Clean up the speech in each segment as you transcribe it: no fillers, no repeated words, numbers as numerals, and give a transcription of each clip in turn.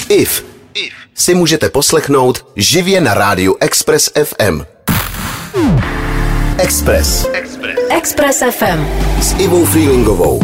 IF si můžete poslechnout živě na rádiu Express FM. Express FM s Ivou Freelingovou.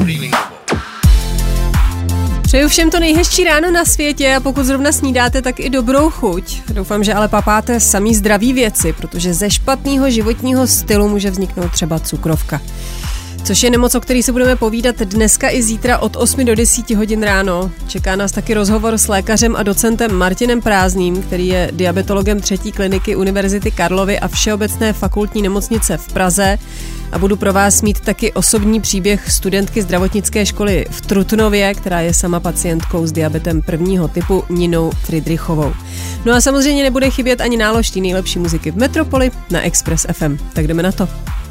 Přeju všem to nejhezčí ráno na světě a pokud zrovna snídáte, tak i dobrou chuť. Doufám, že ale papáte samý zdraví věci, protože ze špatného životního stylu může vzniknout třeba cukrovka. Což je nemoc, o který se budeme povídat dneska i zítra od 8 do 10 hodin ráno. Čeká nás taky rozhovor s lékařem a docentem Martinem Prázdným, který je diabetologem 3. kliniky Univerzity Karlovy a Všeobecné fakultní nemocnice v Praze. A budu pro vás mít taky osobní příběh studentky zdravotnické školy v Trutnově, která je sama pacientkou s diabetem 1. typu Ninou Friedrichovou. No a samozřejmě nebude chybět ani nálož té nejlepší muziky v Metropoli na Express FM. Tak jdeme na to.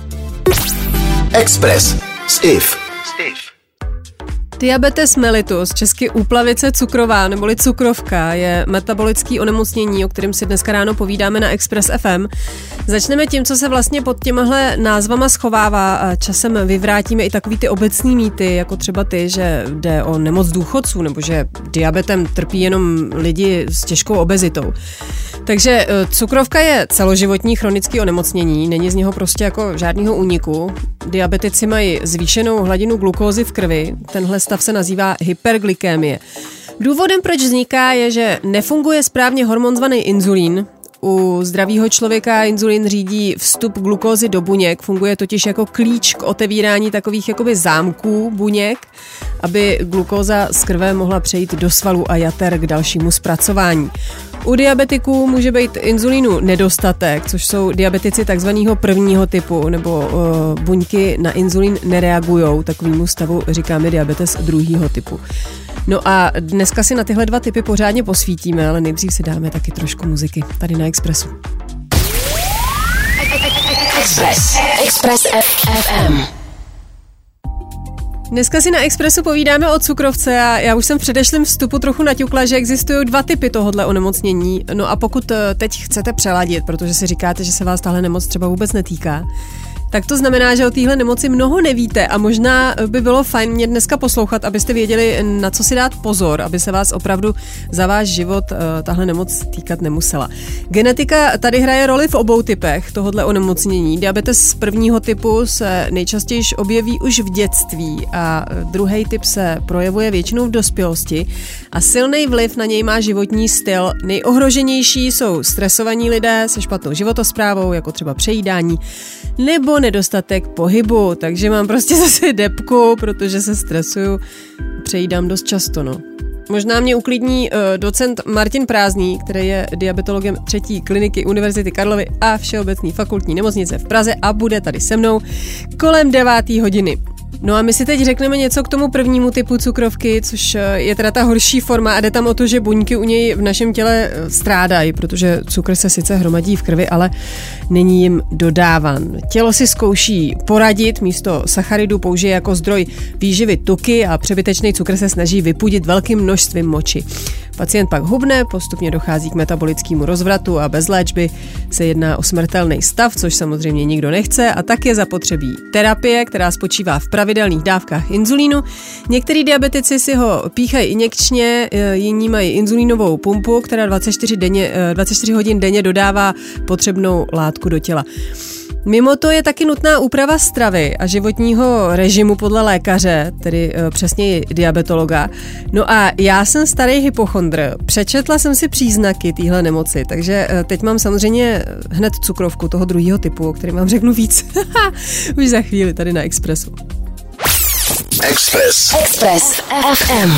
Express s IF. Diabetes mellitus, česky úplavice cukrová neboli cukrovka, je metabolický onemocnění, o kterém si dneska ráno povídáme na Express FM. Začneme tím, co se vlastně pod těmahle názvama schovává a časem vyvrátíme i takový ty obecný mýty, jako třeba ty, že jde o nemoc důchodců nebo že diabetem trpí jenom lidi s těžkou obezitou. Takže cukrovka je celoživotní chronický onemocnění, není z něho prostě jako žádného úniku. Diabetici mají zvýšenou hladinu glukózy v krvi, tenhle stav se nazývá hyperglykémie. Důvodem, proč vzniká, je, že nefunguje správně hormon zvaný inzulín. U zdravého člověka inzulín řídí vstup glukózy do buněk, funguje totiž jako klíč k otevírání takových jakoby zámků buněk, aby glukóza z krve mohla přejít do svalů a jater k dalšímu zpracování. U diabetiků může být inzulínu nedostatek, což jsou diabetici takzvaného 1. typu, nebo buňky na inzulín nereagujou. Takovému stavu říkáme diabetes 2. typu. No a dneska si na tyhle 2 typy pořádně posvítíme, ale nejdřív si dáme taky trošku muziky tady na Expressu. Express FM. Dneska si na Expressu povídáme o cukrovce a já už jsem v předešlém vstupu trochu naťukla, že existují 2 typy tohohle onemocnění. No a pokud teď chcete přeladit, protože si říkáte, že se vás tahle nemoc třeba vůbec netýká, tak to znamená, že o téhle nemoci mnoho nevíte a možná by bylo fajn mě dneska poslouchat, abyste věděli, na co si dát pozor, aby se vás opravdu za váš život tahle nemoc týkat nemusela. Genetika tady hraje roli v obou typech tohohle onemocnění. Diabetes 1. typu se nejčastěji objeví už v dětství a 2. typ se projevuje většinou v dospělosti a silný vliv na něj má životní styl. Nejohroženější jsou stresovaní lidé se špatnou životosprávou, jako třeba přejídání, nebo nedostatek pohybu, takže mám prostě zase depku, protože se stresuju, přejídám dost často, no. Možná mě uklidní docent Martin Prázdný, který je diabetologem 3. kliniky Univerzity Karlovy a Všeobecné fakultní nemocnice v Praze a bude tady se mnou kolem 9. hodiny. No a my si teď řekneme něco k tomu 1. typu cukrovky, což je teda ta horší forma a jde tam o to, že buňky u něj v našem těle strádají, protože cukr se sice hromadí v krvi, ale není jim dodáván. Tělo si zkouší poradit, místo sacharidů použije jako zdroj výživy tuky a přebytečný cukr se snaží vypudit velkým množstvím moči. Pacient pak hubne, postupně dochází k metabolickému rozvratu a bez léčby se jedná o smrtelný stav, což samozřejmě nikdo nechce a tak je zapotřebí terapie, která spočívá v pravidelných dávkách inzulínu. Některý diabetici si ho píchají injekčně, jiní mají inzulínovou pumpu, která 24 hodin denně dodává potřebnou látku do těla. Mimo to je taky nutná úprava stravy a životního režimu podle lékaře, tedy přesněji diabetologa. No a já jsem starý hypochondr. Přečetla jsem si příznaky téhle nemoci, takže teď mám samozřejmě hned cukrovku toho 2. typu, o kterém vám řeknu víc. Už za chvíli tady na Expressu. Express FM.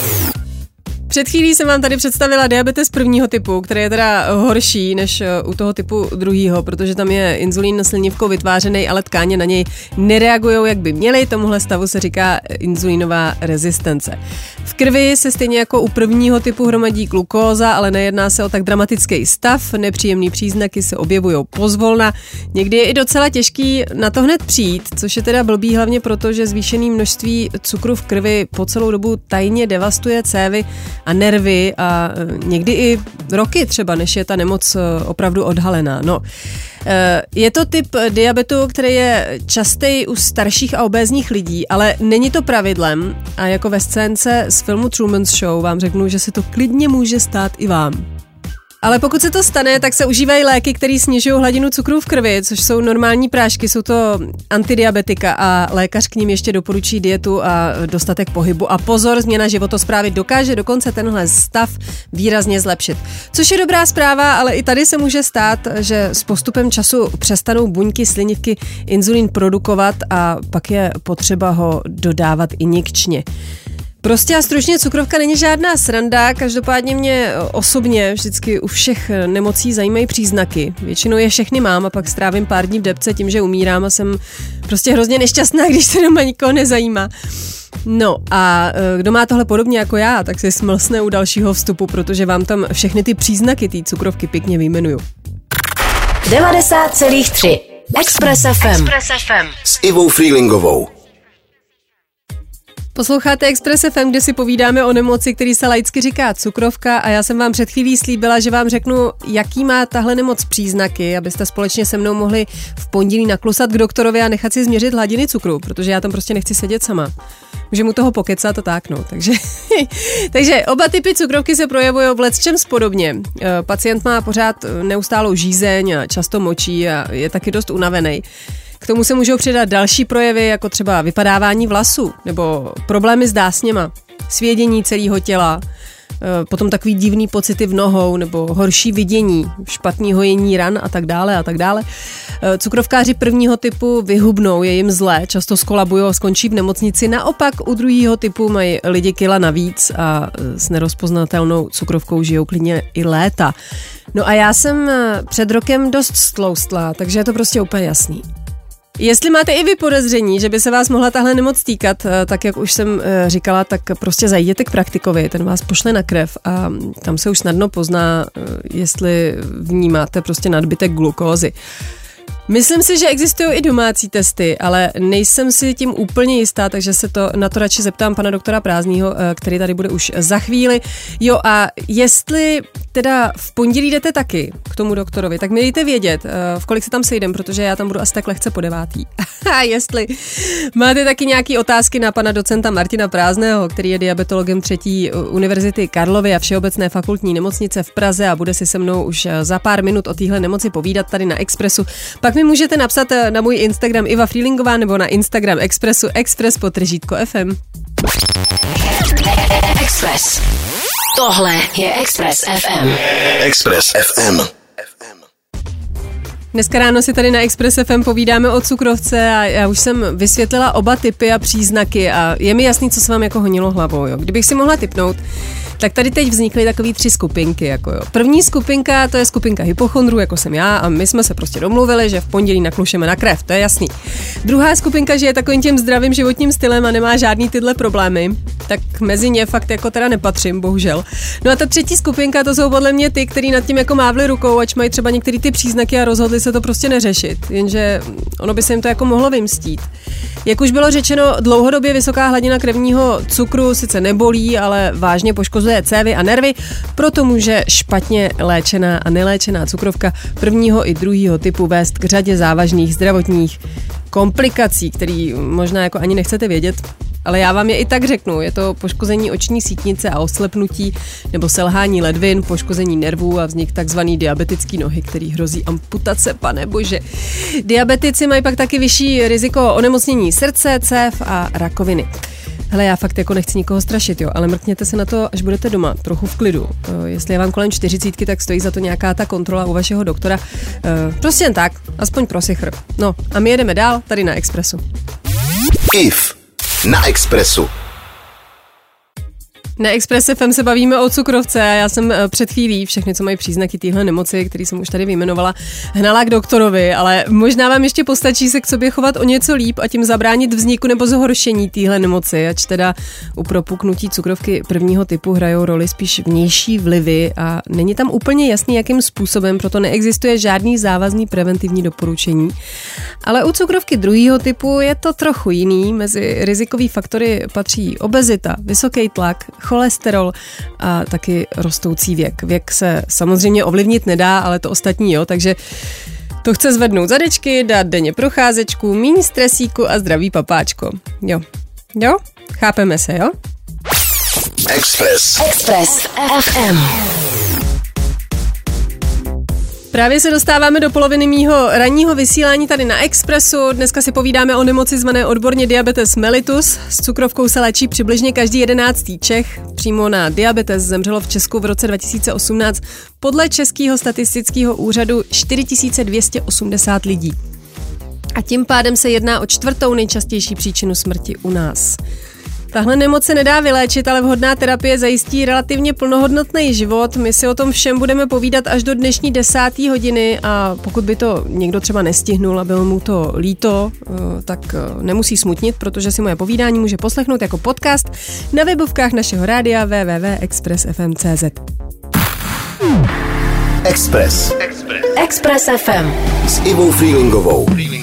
Před chvílí jsem vám tady představila diabetes 1. typu, který je teda horší než u toho typu 2., protože tam je inzulín slinivkou vytvářený, ale tkáně na něj nereagujou, jak by měly. Tomuhle stavu se říká inzulínová rezistence. V krvi se stejně jako u 1. typu hromadí glukóza, ale nejedná se o tak dramatický stav. Nepříjemný příznaky se objevují pozvolna. Někdy je i docela těžký na to hned přijít, což je teda blbý hlavně proto, že zvýšené množství cukru v krvi po celou dobu tajně devastuje cévy a nervy a někdy i roky třeba, než je ta nemoc opravdu odhalená. No, je to typ diabetu, který je častý u starších a obézních lidí, ale není to pravidlem a jako ve scénce z filmu Truman's Show vám řeknu, že se to klidně může stát i vám. Ale pokud se to stane, tak se užívají léky, které snižují hladinu cukru v krvi, což jsou normální prášky, jsou to antidiabetika a lékař k ním ještě doporučí dietu a dostatek pohybu. A pozor, změna životosprávy dokáže dokonce tenhle stav výrazně zlepšit. Což je dobrá zpráva, ale i tady se může stát, že s postupem času přestanou buňky slinivky inzulín produkovat a pak je potřeba ho dodávat injekčně. Prostě a stručně cukrovka není žádná sranda, každopádně mě osobně vždycky u všech nemocí zajímají příznaky. Většinou je všechny mám a pak strávím pár dní v depce tím, že umírám a jsem prostě hrozně nešťastná, když se doma nikoho nezajímá. No a kdo má tohle podobně jako já, tak si smlsne u dalšího vstupu, protože vám tam všechny ty příznaky té cukrovky pěkně vyjmenuju. 90,3 Express FM S Ivou Freelingovou. Posloucháte Express FM, kde si povídáme o nemoci, který se laicky říká cukrovka a já jsem vám před chvílí slíbila, že vám řeknu, jaký má tahle nemoc příznaky, abyste společně se mnou mohli v pondělí naklusat k doktorovi a nechat si změřit hladiny cukru, protože já tam prostě nechci sedět sama. Může mu toho pokecat a tak, no. Takže oba typy cukrovky se projevují v lecčems podobně. Pacient má pořád neustálou žízeň a často močí a je taky dost unavený. K tomu se můžou přidat další projevy, jako třeba vypadávání vlasů, nebo problémy s dásněma, svědění celého těla, potom takový divný pocity v nohou, nebo horší vidění, špatný hojení ran a tak dále a tak dále. Cukrovkáři prvního typu vyhubnou, je jim zlé, často skolabujou, skončí v nemocnici. Naopak u druhého typu mají lidi kila navíc a s nerozpoznatelnou cukrovkou žijou klidně i léta. No a já jsem před rokem dost stloustlá, takže je to prostě úplně jasný. Jestli máte i vy podezření, že by se vás mohla tahle nemoc týkat, tak jak už jsem říkala, tak prostě zajděte k praktikovi, ten vás pošle na krev a tam se už snadno pozná, jestli vnímáte prostě nadbytek glukózy. Myslím si, že existují i domácí testy, ale nejsem si tím úplně jistá, takže se na to radši zeptám pana doktora Prázdního, který tady bude už za chvíli. Jo a jestli teda v pondělí jdete taky k tomu doktorovi, tak mi dejte vědět, v kolik se tam sejdem, protože já tam budu asi tak lehce po 9. A jestli máte taky nějaké otázky na pana docenta Martina Prázdného, který je diabetologem 3. univerzity Karlovy a Všeobecné fakultní nemocnice v Praze a bude si se mnou už za pár minut o téhle nemoci povídat tady na Expressu, pak mi můžete napsat na můj Instagram Iva Freelingová nebo na Instagram Expressu Express_FM. Express. Tohle je Express FM. Express FM. Dneska ráno si tady na Express FM povídáme o cukrovce a já už jsem vysvětlila oba typy a příznaky a je mi jasný, co se vám jako honilo hlavou. Jo. Kdybych si mohla tipnout, tak tady teď vznikly takový 3 skupinky. Jako jo. První skupinka, to je skupinka hypochondrů, jako jsem já, a my jsme se prostě domluvili, že v pondělí naklušeme na krev, to je jasný. Druhá skupinka, že je takovým tím zdravým životním stylem a nemá žádný tyhle problémy, tak mezi ně fakt jako teda nepatřím, bohužel. No a ta třetí skupinka, to jsou podle mě ty, kteří nad tím jako mávli rukou, ač mají třeba některé ty příznaky a rozhodli se to prostě neřešit, jenže ono by se jim to jako mohlo vymstít. Jak už bylo řečeno, dlouhodobě vysoká hladina krevního cukru sice nebolí, ale vážně poškozuje cévy a nervy, proto může špatně léčená a neléčená cukrovka prvního i druhého typu vést k řadě závažných zdravotních komplikací, které možná jako ani nechcete vědět, ale já vám je i tak řeknu. Je to poškození oční sítnice a oslepnutí nebo selhání ledvin, poškození nervů a vznik takzvaný diabetický nohy, který hrozí amputace, panebože. Diabetici mají pak taky vyšší riziko onemocnění srdce, cév a rakoviny. Hele, já fakt jako nechci nikoho strašit, jo, ale mrkněte se na to, až budete doma, trochu v klidu. Jestli je vám kolem 40, tak stojí za to nějaká ta kontrola u vašeho doktora. Prostě jen tak, aspoň pro sichr. No a my jedeme dál, tady na Expressu. IF na Expressu. Na Express FM se bavíme o cukrovce a já jsem před chvílí všechny, co mají příznaky téhle nemoci, který jsem už tady vyjmenovala, hnala k doktorovi, ale možná vám ještě postačí se k sobě chovat o něco líp a tím zabránit vzniku nebo zhoršení téhle nemoci, ač teda u propuknutí cukrovky prvního typu hrajou roli spíš vnější vlivy a není tam úplně jasný, jakým způsobem, proto neexistuje žádný závazný preventivní doporučení. Ale u cukrovky druhého typu je to trochu jiný, mezi rizikový faktory patří obezita, vysoký tlak, cholesterol a taky rostoucí věk. Věk se samozřejmě ovlivnit nedá, ale to ostatní jo, takže to chce zvednout zadečky, dát denně procházečku, míň stresíku a zdravý papáčko. Jo? Chápeme se, jo? Express FM. Právě se dostáváme do poloviny mýho ranního vysílání tady na Expressu. Dneska si povídáme o nemoci zvané odborně diabetes mellitus. S cukrovkou se léčí přibližně každý 11. Čech. Přímo na diabetes zemřelo v Česku v roce 2018 podle Českého statistického úřadu 4280 lidí. A tím pádem se jedná o 4. nejčastější příčinu smrti u nás. Tahle nemoc se nedá vyléčit, ale vhodná terapie zajistí relativně plnohodnotný život. My si o tom všem budeme povídat až do dnešní 10. hodiny a pokud by to někdo třeba nestihnul a bylo mu to líto, tak nemusí smutnit, protože si moje povídání může poslechnout jako podcast na webovkách našeho rádia www.expressfm.cz. Express FM s Ivou Freelingovou.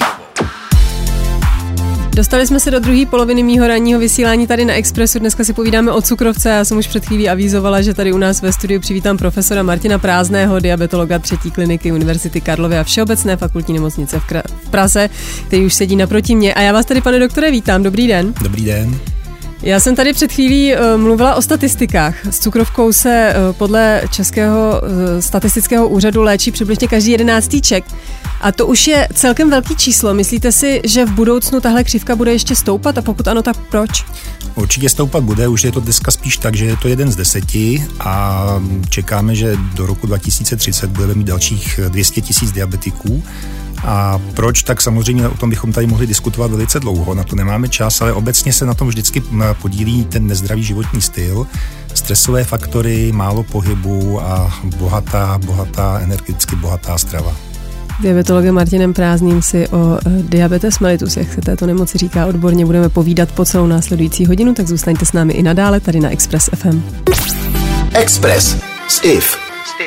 Dostali jsme se do druhé poloviny mýho ranního vysílání tady na Expressu. Dneska si povídáme o cukrovce. Já jsem už před chvílí avízovala, že tady u nás ve studiu přivítám profesora Martina Prázdného, diabetologa 3. kliniky Univerzity Karlovy a Všeobecné fakultní nemocnice v Praze, který už sedí naproti mě. A já vás tady, pane doktore, vítám. Dobrý den. Dobrý den. Já jsem tady před chvílí mluvila o statistikách. S cukrovkou se podle Českého statistického úřadu léčí přibližně každý 11. Čech. A to už je celkem velký číslo. Myslíte si, že v budoucnu tahle křivka bude ještě stoupat a pokud ano, tak proč? Určitě stoupat bude, už je to dneska spíš tak, že je to 1 z 10 a čekáme, že do roku 2030 budeme mít dalších 200 000 diabetiků. A proč? Tak samozřejmě o tom bychom tady mohli diskutovat velice dlouho, na to nemáme čas, ale obecně se na tom vždycky podílí ten nezdravý životní styl, stresové faktory, málo pohybu a bohatá, energeticky bohatá strava. Diabetologem Martinem Prázdným si o diabetes mellitus, jak se této nemoci říká odborně, budeme povídat po celou následující hodinu, tak zůstaňte s námi i nadále tady na Express FM. Express s Iv.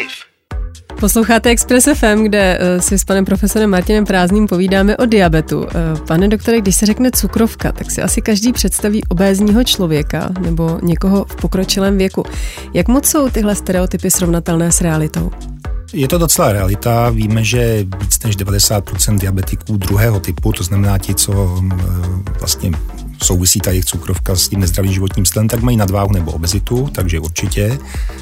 Posloucháte Express FM, kde si s panem profesorem Martinem Prázdným povídáme o diabetu. Pane doktore, když se řekne cukrovka, tak si asi každý představí obézního člověka nebo někoho v pokročilém věku. Jak moc jsou tyhle stereotypy srovnatelné s realitou? Je to docela realita. Víme, že víc než 90% diabetiků druhého typu, to znamená ti, co vlastně souvisí ta jejich cukrovka s tím nezdravým životním stylem, tak mají nadváhu nebo obezitu, takže určitě.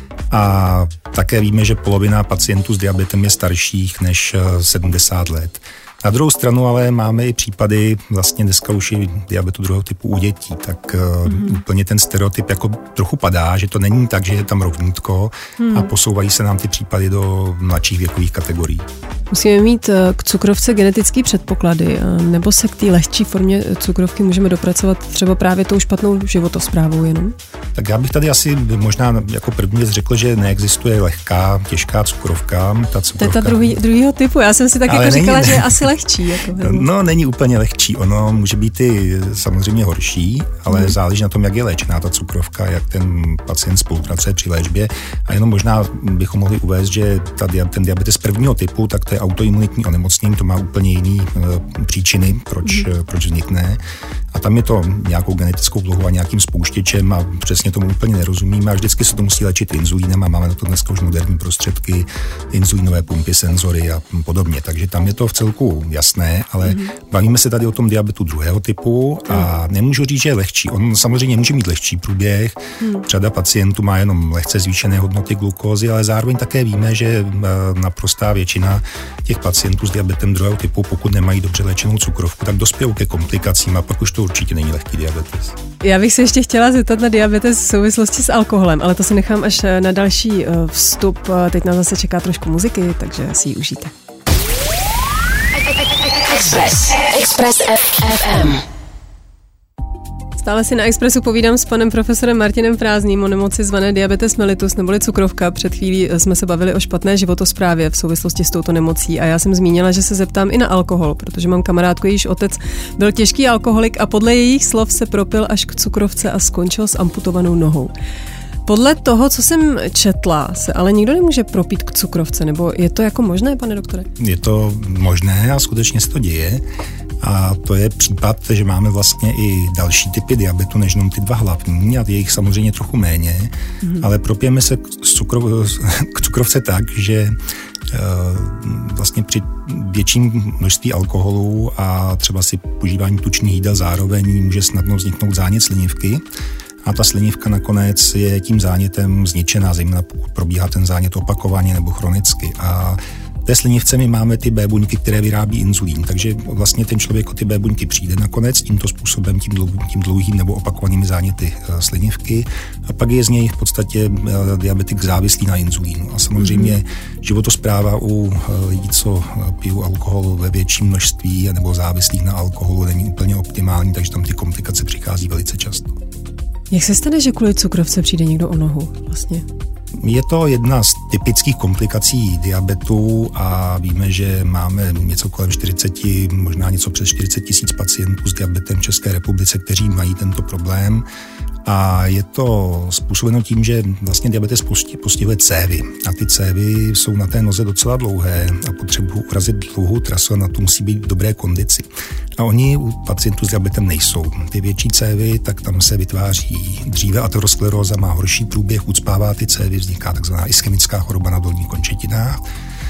A také víme, že polovina pacientů s diabetem je starších než 70 let. Na druhou stranu ale máme i případy, vlastně dneska už i diabetu druhého typu u dětí, tak úplně ten stereotyp jako trochu padá, že to není tak, že je tam rovnítko a posouvají se nám ty případy do mladších věkových kategorií. Musíme mít k cukrovce genetické předpoklady, nebo se k té lehčí formě cukrovky můžeme dopracovat třeba právě tou špatnou životosprávou jenom? Tak já bych tady asi možná jako první věc řekl, že neexistuje lehká, těžká cukrovka. To je ta druhýho typu, já jsem si tak jako říkala, že je asi lehčí. Jako, no, není úplně lehčí, ono může být i samozřejmě horší, ale záleží na tom, jak je léčená ta cukrovka, jak ten pacient spolupracuje při léčbě. A jenom možná bychom mohli uvést, že ten diabetes prvního typu, tak to je autoimunitní onemocnění, to má úplně jiný příčiny, proč vznikne. A tam je to nějakou genetickou vlohou a nějakým spouštěčem a přesně tomu úplně nerozumíme a vždycky se to musí léčit inzulínem a máme na to dneska už moderní prostředky, inzulínové pumpy, senzory a podobně. Takže tam je to v celku jasné, ale bavíme se tady o tom diabetu druhého typu a nemůžu říct, že je lehčí. On samozřejmě může mít lehčí průběh. Řada pacientů má jenom lehce zvýšené hodnoty glukózy, ale zároveň také víme, že naprostá většina těch pacientů s diabetem druhého typu, pokud nemají dobře léčenou cukrovku, tak dospějou ke komplikacím a pak už to určitě není lehký diabetes. Já bych se ještě chtěla zeptat na diabetes v souvislosti s alkoholem, ale to si nechám až na další vstup. Teď nás zase čeká trošku muziky, takže si ji užijte. Express FM. Stále si na Expressu povídám s panem profesorem Martinem Prázdným o nemoci zvané diabetes mellitus neboli cukrovka. Před chvílí jsme se bavili o špatné životosprávě v souvislosti s touto nemocí a já jsem zmínila, že se zeptám i na alkohol, protože mám kamarádku, jejíž otec byl těžký alkoholik a podle jejich slov se propil až k cukrovce a skončil s amputovanou nohou. Podle toho, co jsem četla, se ale nikdo nemůže propít k cukrovce, nebo je to jako možné, pane doktore? Je to možné a skutečně se to děje. A to je případ, že máme vlastně i další typy diabetu, než jenom ty dva hlavní, a je jich samozřejmě trochu méně, ale propijeme se k cukrovce tak, že vlastně při větším množství alkoholu a třeba si požívání tučných jídel zároveň může snadno vzniknout zánět slinivky. A ta slinivka nakonec je tím zánětem zničená, zejména pokud probíhá ten zánět opakovaně nebo chronicky. A v té slinivce my máme ty B buňky, které vyrábí inzulín, takže vlastně ten člověk o ty B buňky přijde nakonec tímto způsobem, tím dlouhým nebo opakovanými záněty slinivky, a pak je z něj v podstatě diabetik závislý na inzulínu. A samozřejmě životospráva u lidí, co pijou alkohol ve větším množství nebo závislých na alkoholu, není úplně optimální, takže tam ty komplikace přichází velice často. Jak se stane, že kvůli cukrovce přijde někdo o nohu vlastně? Je to jedna z typických komplikací diabetu a víme, že máme něco kolem 40, možná něco přes 40 000 pacientů s diabetem v České republice, kteří mají tento problém. A je to způsobeno tím, že vlastně diabetes postihuje cévy. A ty cévy jsou na té noze docela dlouhé a potřebují urazit dlouhou trasu a na to musí být v dobré kondici. A oni u pacientů s diabetem nejsou. Ty větší cévy, tak tam se vytváří dříve ateroskleróza, má horší průběh, ucpává ty cévy, vzniká takzvaná ischemická choroba na dolních končetinách.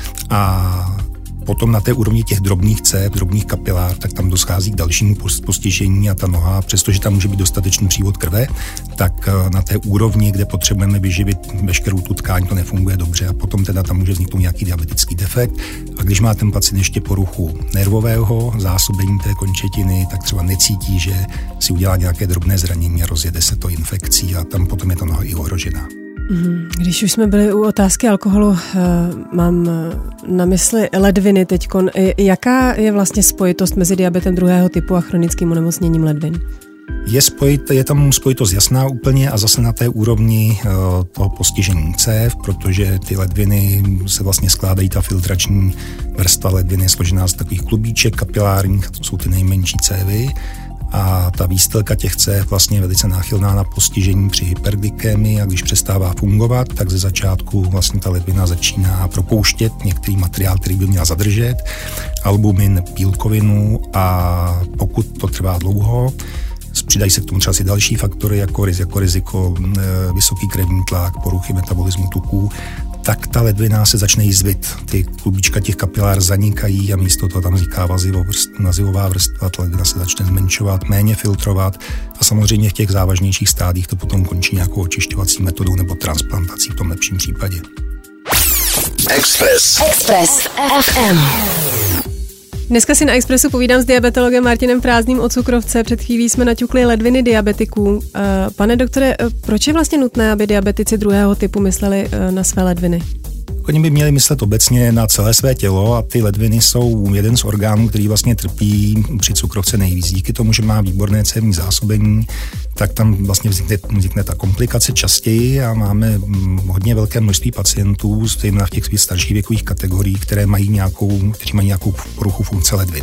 A potom na té úrovni těch drobných cév, drobných kapilár, tak tam dochází k dalšímu postižení a ta noha, přestože tam může být dostatečný přívod krve, tak na té úrovni, kde potřebujeme vyživit veškerou tu tkáň, to nefunguje dobře a potom teda tam může vzniknout nějaký diabetický defekt. A když má ten pacient ještě poruchu nervového zásobení té končetiny, tak třeba necítí, že si udělá nějaké drobné zranění a rozjede se to infekcí a tam potom je ta noha i ohrožená. Když už jsme byli u otázky alkoholu, mám na mysli ledviny teďkon. Jaká je vlastně spojitost mezi diabetem druhého typu a chronickým onemocněním ledvin? Je tam spojitost jasná úplně a zase na té úrovni toho postižení cév, protože ty ledviny se vlastně skládají, ta filtrační vrstva ledviny je složená z takových klubíček kapilárních, to jsou ty nejmenší cévy. A ta výstelka těch cév vlastně je velice náchylná na postižení při hyperglykémii a když přestává fungovat, tak ze začátku vlastně ta ledvina začíná propouštět některý materiál, který by měla zadržet, albumin, bílkovinu a pokud to trvá dlouho, přidají se k tomu třeba si další faktory jako riziko vysoký krevní tlak, poruchy metabolismu tuků, tak ta ledvina se začne jizvit. Ty klubička těch kapilár zanikají a místo toho tam vzniká nazivová vrstva, ta ledvina se začne zmenšovat, méně filtrovat a samozřejmě v těch závažnějších stádích to potom končí nějakou očišťovací metodou nebo transplantací v tom lepším případě. Express FM. Dneska si na Expressu povídám s diabetologem Martinem Prázdným o cukrovce. Před chvílí jsme naťukli ledviny diabetiků. Pane doktore, proč je vlastně nutné, aby diabetici druhého typu mysleli na své ledviny? Oni by měli myslet obecně na celé své tělo a ty ledviny jsou jeden z orgánů, který vlastně trpí při cukrovce nejvíc. Díky tomu, že má výborné cévní zásobení, tak tam vlastně vznikne ta komplikace častěji a máme hodně velké množství pacientů, zejména v těch starších věkových kategoriích, kteří mají nějakou poruchu funkce ledvin.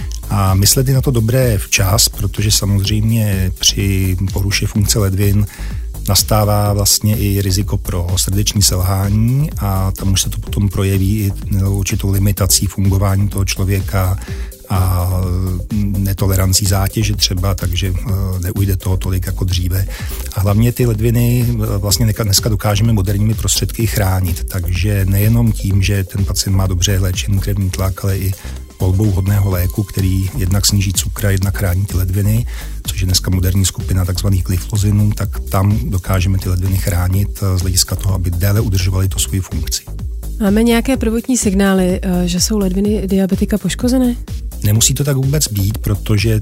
A myslet je na to dobré včas, protože samozřejmě při poruše funkce ledvin nastává vlastně i riziko pro srdeční selhání a tam už se to potom projeví i určitou limitací fungování toho člověka a netolerancí zátěže třeba, takže neujde toho tolik jako dříve. A hlavně ty ledviny vlastně dneska dokážeme moderními prostředky chránit, takže nejenom tím, že ten pacient má dobře léčený krevní tlak, ale i volbou hodného léku, který jednak sníží cukr a jednak chrání ty ledviny, což je dneska moderní skupina takzvaných glyfozinů, tak tam dokážeme ty ledviny chránit z hlediska toho, aby déle udržovaly tu svoji funkci. Máme nějaké prvotní signály, že jsou ledviny diabetika poškozené? Nemusí to tak vůbec být, protože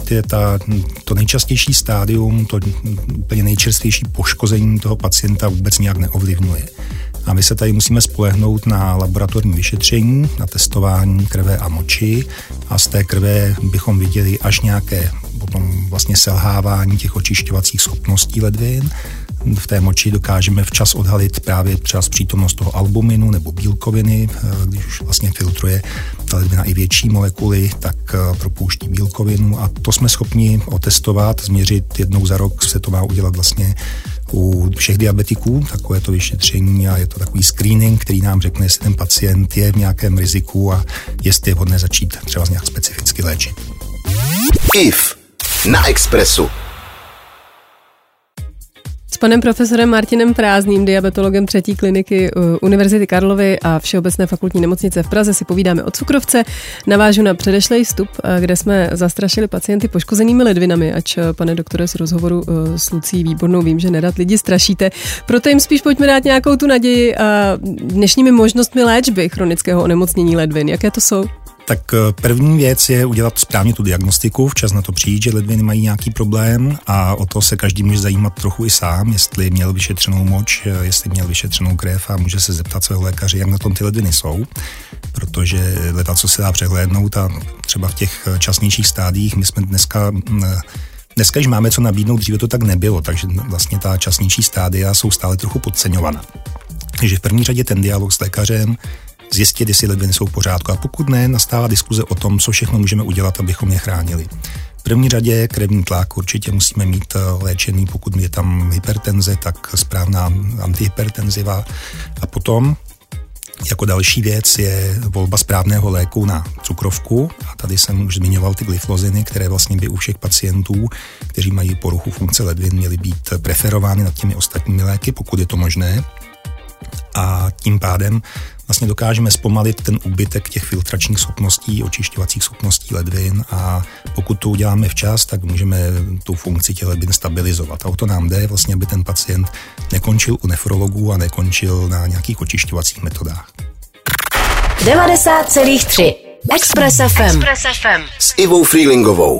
to nejčastější stádium, to úplně nejčerstvější poškození toho pacienta vůbec nějak neovlivňuje. A my se tady musíme spolehnout na laboratorní vyšetření, na testování krve a moči a z té krve bychom viděli až nějaké potom vlastně selhávání těch očišťovacích schopností ledvin. V té moči dokážeme včas odhalit právě třeba přítomnost toho albuminu nebo bílkoviny, když už vlastně filtruje ta ledvina i větší molekuly, tak propouští bílkovinu a to jsme schopni otestovat, změřit jednou za rok, se to má udělat vlastně u všech diabetiků, takové to vyšetření a je to takový screening, který nám řekne, jestli ten pacient je v nějakém riziku a jestli je vhodné začít třeba nějak specificky léčit. IF na Expressu. S panem profesorem Martinem Prázdným, diabetologem 3. kliniky Univerzity Karlovy a Všeobecné fakultní nemocnice v Praze si povídáme o cukrovce. Navážu na předešlý vstup, kde jsme zastrašili pacienty poškozenými ledvinami, ač, pane doktore, z rozhovoru s Lucí Výbornou vím, že nerad lidi strašíte. Proto jim spíš pojďme dát nějakou tu naději dnešními možnostmi léčby chronického onemocnění ledvin. Jaké to jsou? Tak první věc je udělat správně tu diagnostiku, včas na to přijít, že ledviny mají nějaký problém a o to se každý může zajímat trochu i sám, jestli měl vyšetřenou moč, jestli měl vyšetřenou krev a může se zeptat svého lékaře, jak na tom ty ledviny jsou, protože co se dá přehlédnout a třeba v těch časnějších stádiích my jsme dneska, když máme co nabídnout, dříve to tak nebylo, takže vlastně ta časnější stádia jsou stále trochu podceňovaná. Takže v první řadě ten dialog s lékařem, zjistit, jestli ledviny jsou v pořádku a pokud ne, nastává diskuze o tom, co všechno můžeme udělat, abychom je chránili. V první řadě krevní tlak určitě musíme mít léčený, pokud je tam hypertenze, tak správná antihypertenziva. A potom jako další věc je volba správného léku na cukrovku. A tady jsem už zmiňoval ty glyfloziny, které vlastně by u všech pacientů, kteří mají poruchu funkce ledvin, měly být preferovány nad těmi ostatními léky, pokud je to možné. A tím pádem vlastně dokážeme zpomalit ten úbytek těch filtračních schopností, očišťovacích schopností ledvin a pokud to uděláme včas, tak můžeme tu funkci těch ledvin stabilizovat. A o to nám jde vlastně, aby ten pacient nekončil u nefrologů a nekončil na nějakých očišťovacích metodách. 90,3 Express FM. S Ivou Freelingovou.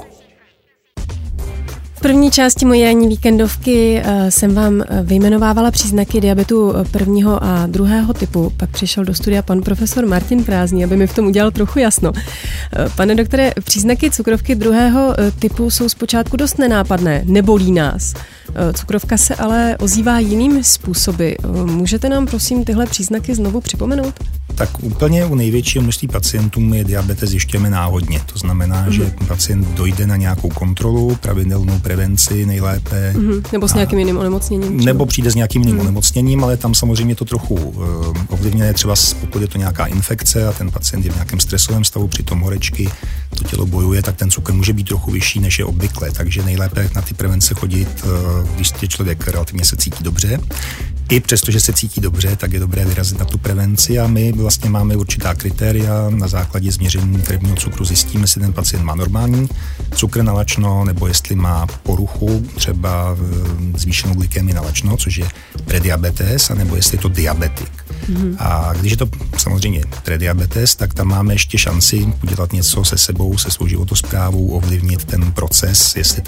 V první části mojí ranní víkendovky jsem vám vyjmenovávala příznaky diabetu 1. a 2. typu. Pak přišel do studia pan profesor Martin Prázdný, aby mi v tom udělal trochu jasno. Pane doktore, příznaky cukrovky 2. typu jsou zpočátku dost nenápadné, nebolí nás. Cukrovka se ale ozývá jinými způsoby. Můžete nám prosím tyhle příznaky znovu připomenout? Tak úplně u největšího množství pacientů je diabetes zjišťujeme náhodně. To znamená, že pacient dojde na nějakou kontrolu, pravidelnou prevenci nejlépe. Nebo s nějakým jiným onemocněním. Nebo přijde s nějakým jiným onemocněním, ale tam samozřejmě to trochu ovlivňuje, třeba pokud je to nějaká infekce a ten pacient je v nějakém stresovém stavu, přitom horečky, to tělo bojuje, tak ten cukr může být trochu vyšší, než je obvykle. Takže nejlépe na ty prevence chodit, když je člověk relativně se cítí dobře. I přesto, že se cítí dobře, tak je dobré vyrazit na tu prevenci a my vlastně máme určitá kritéria. Na základě změření krevního cukru zjistíme, jestli ten pacient má normální cukr na lačno, nebo jestli má poruchu, třeba zvýšenou glykemii na lačno, což je prediabetes, anebo jestli je to diabetik. A když je to samozřejmě prediabetes, tak tam máme ještě šanci udělat něco se sebou, se svou životosprávou, ovlivnit ten proces, jestli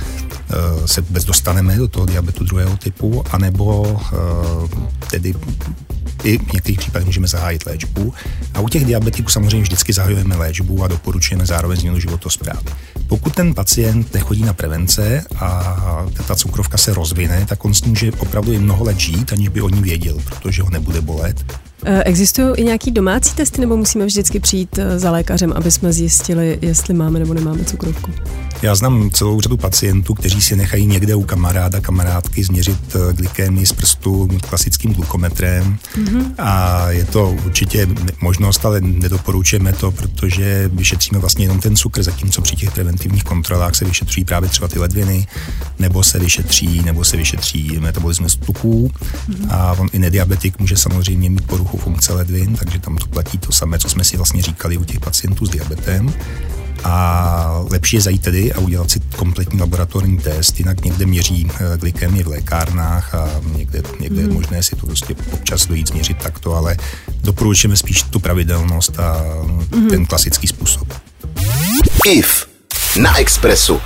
se vůbec dostaneme do toho diabetu 2. typu, anebo tedy i v některých případech můžeme zahájit léčbu. A u těch diabetiků samozřejmě vždycky zahajujeme léčbu a doporučujeme zároveň změnu životosprávy. Pokud ten pacient nechodí na prevence a ta cukrovka se rozvine, tak on s tím může opravdu i mnoho let žít, aniž by o ní věděl, protože ho nebude bolet. Existují i nějaký domácí testy, nebo musíme vždycky přijít za lékařem, aby jsme zjistili, jestli máme nebo nemáme cukrovku? Já znám celou řadu pacientů, kteří si nechají někde u kamarádky změřit glykemii z prstu klasickým glukometrem a je to určitě možnost, ale nedoporučujeme to, protože vyšetříme vlastně jenom ten cukr, zatímco při těch preventivních kontrolách se vyšetřují právě třeba ty ledviny, nebo se vyšetří metabolismus tuků a on i nediabetik může samozřejmě mít poruchu funkce ledvin, takže tam to platí to samé, co jsme si vlastně říkali u těch pacientů s diabetem. A lepší je zajít tedy a udělat si kompletní laboratorní test, jinak někde měří glykemii v lékárnách a někde je možné si to prostě občas dojít změřit takto, ale doporučujeme spíš tu pravidelnost a ten klasický způsob. IF na Expressu.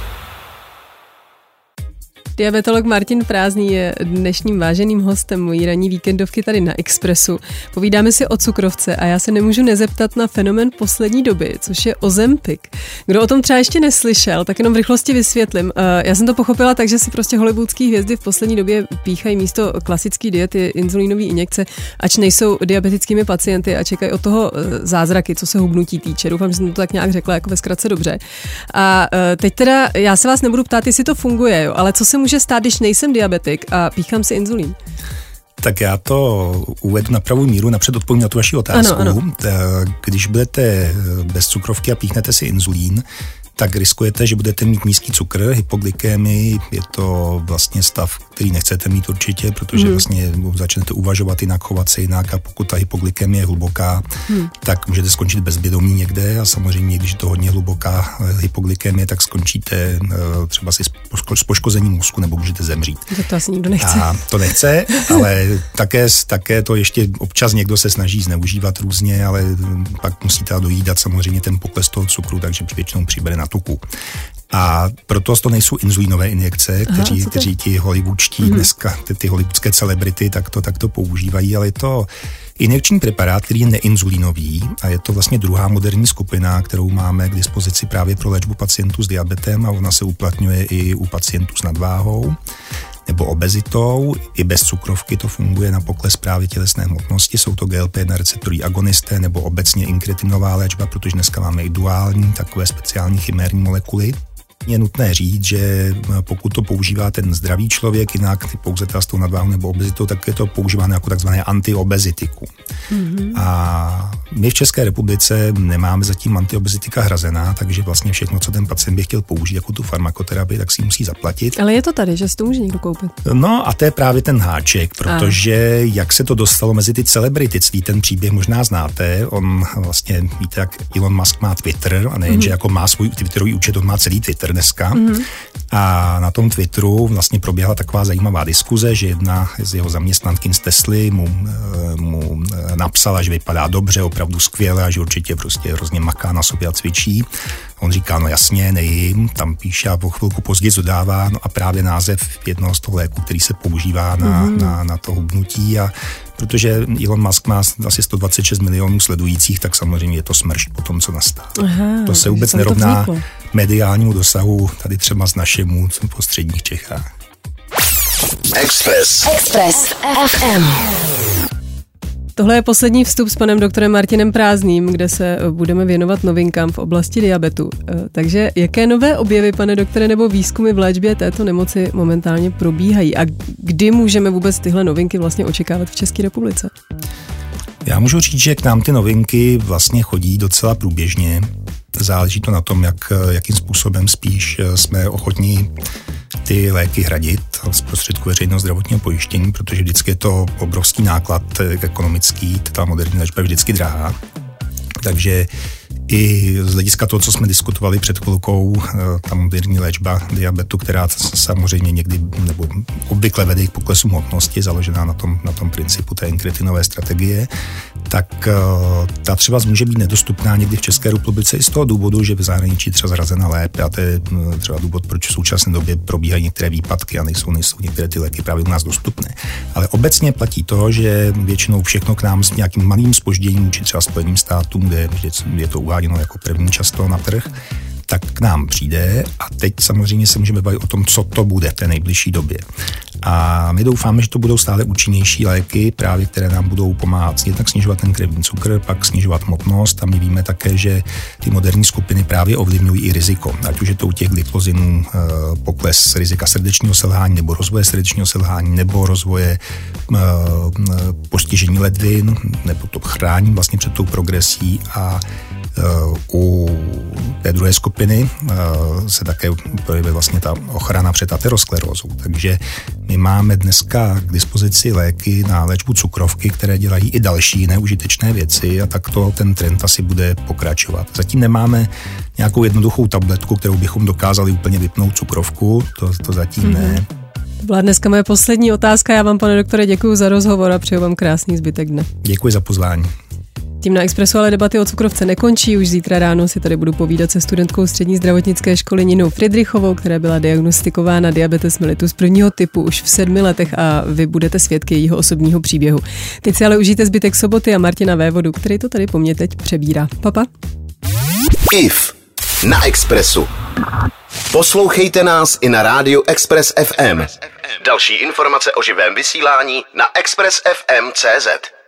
Diabetolog Martin Prázdný je dnešním váženým hostem mojí ranní víkendovky tady na Expressu. Povídáme si o cukrovce a já se nemůžu nezeptat na fenomén poslední doby, což je Ozempic. Kdo o tom třeba ještě neslyšel, tak jenom v rychlosti vysvětlím. Já jsem to pochopila tak, že si prostě hollywoodský hvězdy v poslední době píchají místo klasické diety inzulínové injekce, ač nejsou diabetickými pacienty a čekají od toho zázraky, co se hubnutí týče. Doufám, že jsem to tak nějak řekla jako ve zkratce dobře. A teď teda já se vás nebudu ptát, jestli to funguje, jo, ale co se může stát, když nejsem diabetik a píchám si inzulín? Tak já to uvedu na pravou míru, napřed odpovím na tu vaši otázku. Ano. Když budete bez cukrovky a píchnete si inzulín, tak riskujete, že budete mít nízký cukr, hypoglykémii, je to vlastně stav, který nechcete mít určitě, protože vlastně začnete uvažovat jinak, chovat se jinak a pokud ta hypoglykemie je hluboká, tak můžete skončit bezvědomí někde a samozřejmě, když je to hodně hluboká hypoglykemie, tak skončíte třeba si s poškozením mozku nebo můžete zemřít. To asi nikdo nechce. A to nechce, ale také to ještě občas někdo se snaží zneužívat různě, ale pak musíte dojídat samozřejmě ten pokles toho cukru, takže většinou přibere na tuku. A proto to nejsou inzulínové injekce, kteří ti hollywoodští dneska, ty hollywoodské celebrity tak to používají, ale je to injekční preparát, který je neinzulínový a je to vlastně druhá moderní skupina, kterou máme k dispozici právě pro léčbu pacientů s diabetem a ona se uplatňuje i u pacientů s nadváhou nebo obezitou. I bez cukrovky to funguje na pokles právě tělesné hmotnosti. Jsou to GLP-1 receptorí agonisté nebo obecně inkretinová léčba, protože dneska máme i duální, takové speciální chimérní molekuly. Je nutné říct, že pokud to používá ten zdravý člověk, jinak pouze s tou nadváhou nebo obezitou, tak je to používáno jako takzvané antiobezitiku. A my v České republice nemáme zatím antiobezitika hrazená, takže vlastně všechno, co ten pacient by chtěl použít jako tu farmakoterapii, tak si musí zaplatit. Ale je to tady, že si to může někdo koupit. No a to je právě ten háček, protože jak se to dostalo mezi ty celebrity, celý ten příběh možná znáte, on vlastně, víte, jak Elon Musk má Twitter a nejen, že jako má svůj Twitterový účet, on má celý Twitter dneska. A na tom Twitteru vlastně proběhla taková zajímavá diskuze, že jedna z jeho zaměstnankyň z Tesly mu napsala, že vypadá dobře, opravdu skvěle a že určitě prostě hrozně maká na sobě a cvičí. On říká, no jasně, nejím, tam píše a po chvilku později dodává, no a právě název jednoho z toho léku, který se používá na to hubnutí a protože Elon Musk má asi 126 milionů sledujících, tak samozřejmě je to smršť po tom, co nastalo. To se vůbec nerovná mediálnímu dosahu tady třeba z našemu po středních Čechách. Express FM. Tohle je poslední vstup s panem doktorem Martinem Prázdným, kde se budeme věnovat novinkám v oblasti diabetu. Takže jaké nové objevy, pane doktore, nebo výzkumy v léčbě této nemoci momentálně probíhají a kdy můžeme vůbec tyhle novinky vlastně očekávat v České republice? Já můžu říct, že k nám ty novinky vlastně chodí docela průběžně. Záleží to na tom, jakým způsobem spíš jsme ochotní ty léky hradit z prostředku veřejného zdravotního pojištění, protože vždycky je to obrovský náklad ekonomický, ta moderní léčba je vždycky drahá. Takže i z hlediska toho, co jsme diskutovali před chvilkou, ta moderní léčba diabetu, která samozřejmě někdy nebo obvykle vede k poklesu hmotnosti, založená na tom principu té inkretinové strategie, tak ta třeba může být nedostupná někdy v České republice i z toho důvodu, že v zahraničí třeba zrazena lépe a to je třeba důvod, proč v současné době probíhají některé výpadky a nejsou některé ty léky právě u nás dostupné. Ale obecně platí to, že většinou všechno k nám s nějakým malým zpožděním, či třeba Spojeným státům, kde je to uváděno jako první často na trh, tak k nám přijde a teď samozřejmě se můžeme bavit o tom, co to bude v té nejbližší době. A my doufáme, že to budou stále účinnější léky, právě které nám budou pomáhat jednak snižovat ten krevní cukr, pak snižovat hmotnost a my víme také, že ty moderní skupiny právě ovlivňují i riziko. Ať už je to u těch glykozinů pokles rizika srdečního selhání nebo rozvoje srdečního selhání nebo rozvoje postižení ledvin, nebo to chrání vlastně před tou progresí a u té druhé skupiny se také projevuje vlastně ta ochrana před aterosklerózou. Takže my máme dneska k dispozici léky na léčbu cukrovky, které dělají i další neužitečné věci a takto ten trend asi bude pokračovat. Zatím nemáme nějakou jednoduchou tabletku, kterou bychom dokázali úplně vypnout cukrovku, to zatím ne. Byla dneska moje poslední otázka. Já vám, pane doktore, děkuji za rozhovor a přeju vám krásný zbytek dne. Děkuji za pozvání. Tím na Expressu ale debaty o cukrovce nekončí. Už zítra ráno si tady budu povídat se studentkou střední zdravotnické školy Ninou Friedrichovou, která byla diagnostikována diabetes mellitus prvního typu už v 7 letech a vy budete svědky jejího osobního příběhu. Teď si ale užijte zbytek soboty a Martina Vévodu, který to tady po mně teď přebírá. Papa. IF na Expressu. Poslouchejte nás i na rádiu Express FM. Další informace o živém vysílání na expressfm.cz.